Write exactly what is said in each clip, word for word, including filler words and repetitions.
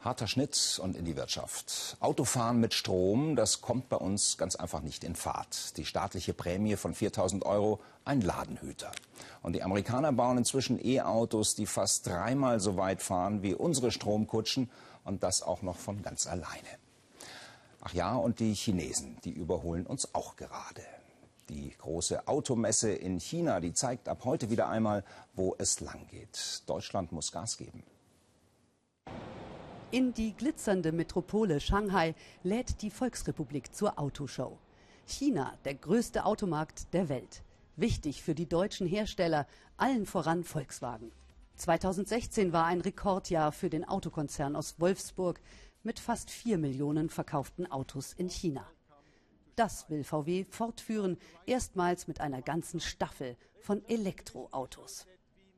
Harter Schnitt und in die Wirtschaft. Autofahren mit Strom, das kommt bei uns ganz einfach nicht in Fahrt. Die staatliche Prämie von viertausend Euro, ein Ladenhüter. Und die Amerikaner bauen inzwischen E-Autos, die fast dreimal so weit fahren wie unsere Stromkutschen, und das auch noch von ganz alleine. Ach ja, und die Chinesen, die überholen uns auch gerade. Die große Automesse in China, die zeigt ab heute wieder einmal, wo es lang geht. Deutschland muss Gas geben. In die glitzernde Metropole Shanghai lädt die Volksrepublik zur Autoshow. China, der größte Automarkt der Welt. Wichtig für die deutschen Hersteller, allen voran Volkswagen. zweitausendsechzehn war ein Rekordjahr für den Autokonzern aus Wolfsburg mit fast vier Millionen verkauften Autos in China. Das will V W fortführen, erstmals mit einer ganzen Staffel von Elektroautos.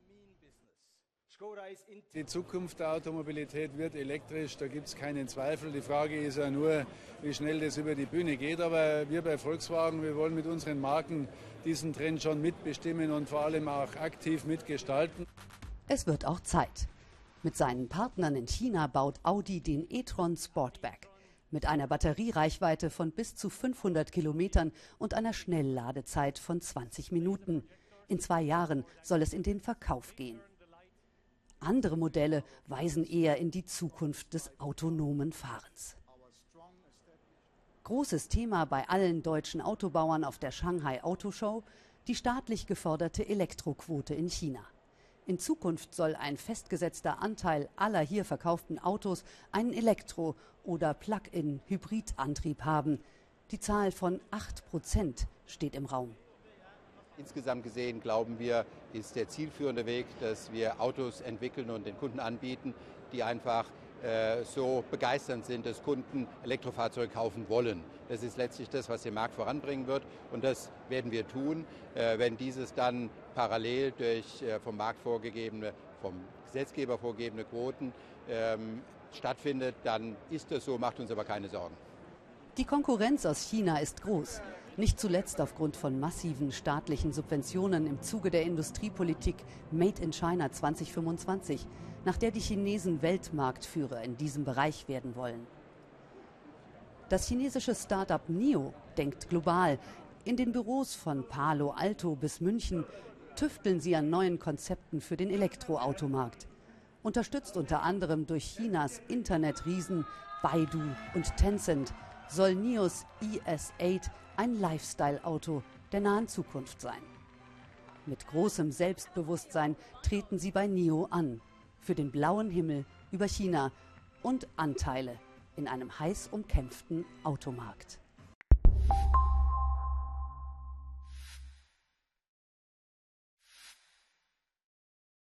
Die Zukunft der Automobilität wird elektrisch, da gibt es keinen Zweifel. Die Frage ist ja nur, wie schnell das über die Bühne geht. Aber wir bei Volkswagen, wir wollen mit unseren Marken diesen Trend schon mitbestimmen und vor allem auch aktiv mitgestalten. Es wird auch Zeit. Mit seinen Partnern in China baut Audi den e-tron Sportback. Mit einer Batteriereichweite von bis zu fünfhundert Kilometern und einer Schnellladezeit von zwanzig Minuten. In zwei Jahren soll es in den Verkauf gehen. Andere Modelle weisen eher in die Zukunft des autonomen Fahrens. Großes Thema bei allen deutschen Autobauern auf der Shanghai Autoshow, die staatlich geförderte Elektroquote in China. In Zukunft soll ein festgesetzter Anteil aller hier verkauften Autos einen Elektro- oder Plug-in-Hybridantrieb haben. Die Zahl von acht Prozent steht im Raum. Insgesamt gesehen, glauben wir, ist der zielführende Weg, dass wir Autos entwickeln und den Kunden anbieten, die einfach äh, so begeisternd sind, dass Kunden Elektrofahrzeuge kaufen wollen. Das ist letztlich das, was den Markt voranbringen wird, und das werden wir tun. Äh, wenn dieses dann parallel durch äh, vom Markt vorgegebene, vom Gesetzgeber vorgegebene Quoten ähm, stattfindet, dann ist das so, macht uns aber keine Sorgen. Die Konkurrenz aus China ist groß. Nicht zuletzt aufgrund von massiven staatlichen Subventionen im Zuge der Industriepolitik Made in China zweitausendfünfundzwanzig, nach der die Chinesen Weltmarktführer in diesem Bereich werden wollen. Das chinesische Start-up NIO denkt global. In den Büros von Palo Alto bis München tüfteln sie an neuen Konzepten für den Elektroautomarkt. Unterstützt unter anderem durch Chinas Internetriesen Baidu und Tencent soll NIOs E S acht ein Lifestyle-Auto der nahen Zukunft sein. Mit großem Selbstbewusstsein treten sie bei NIO an. Für den blauen Himmel über China und Anteile in einem heiß umkämpften Automarkt.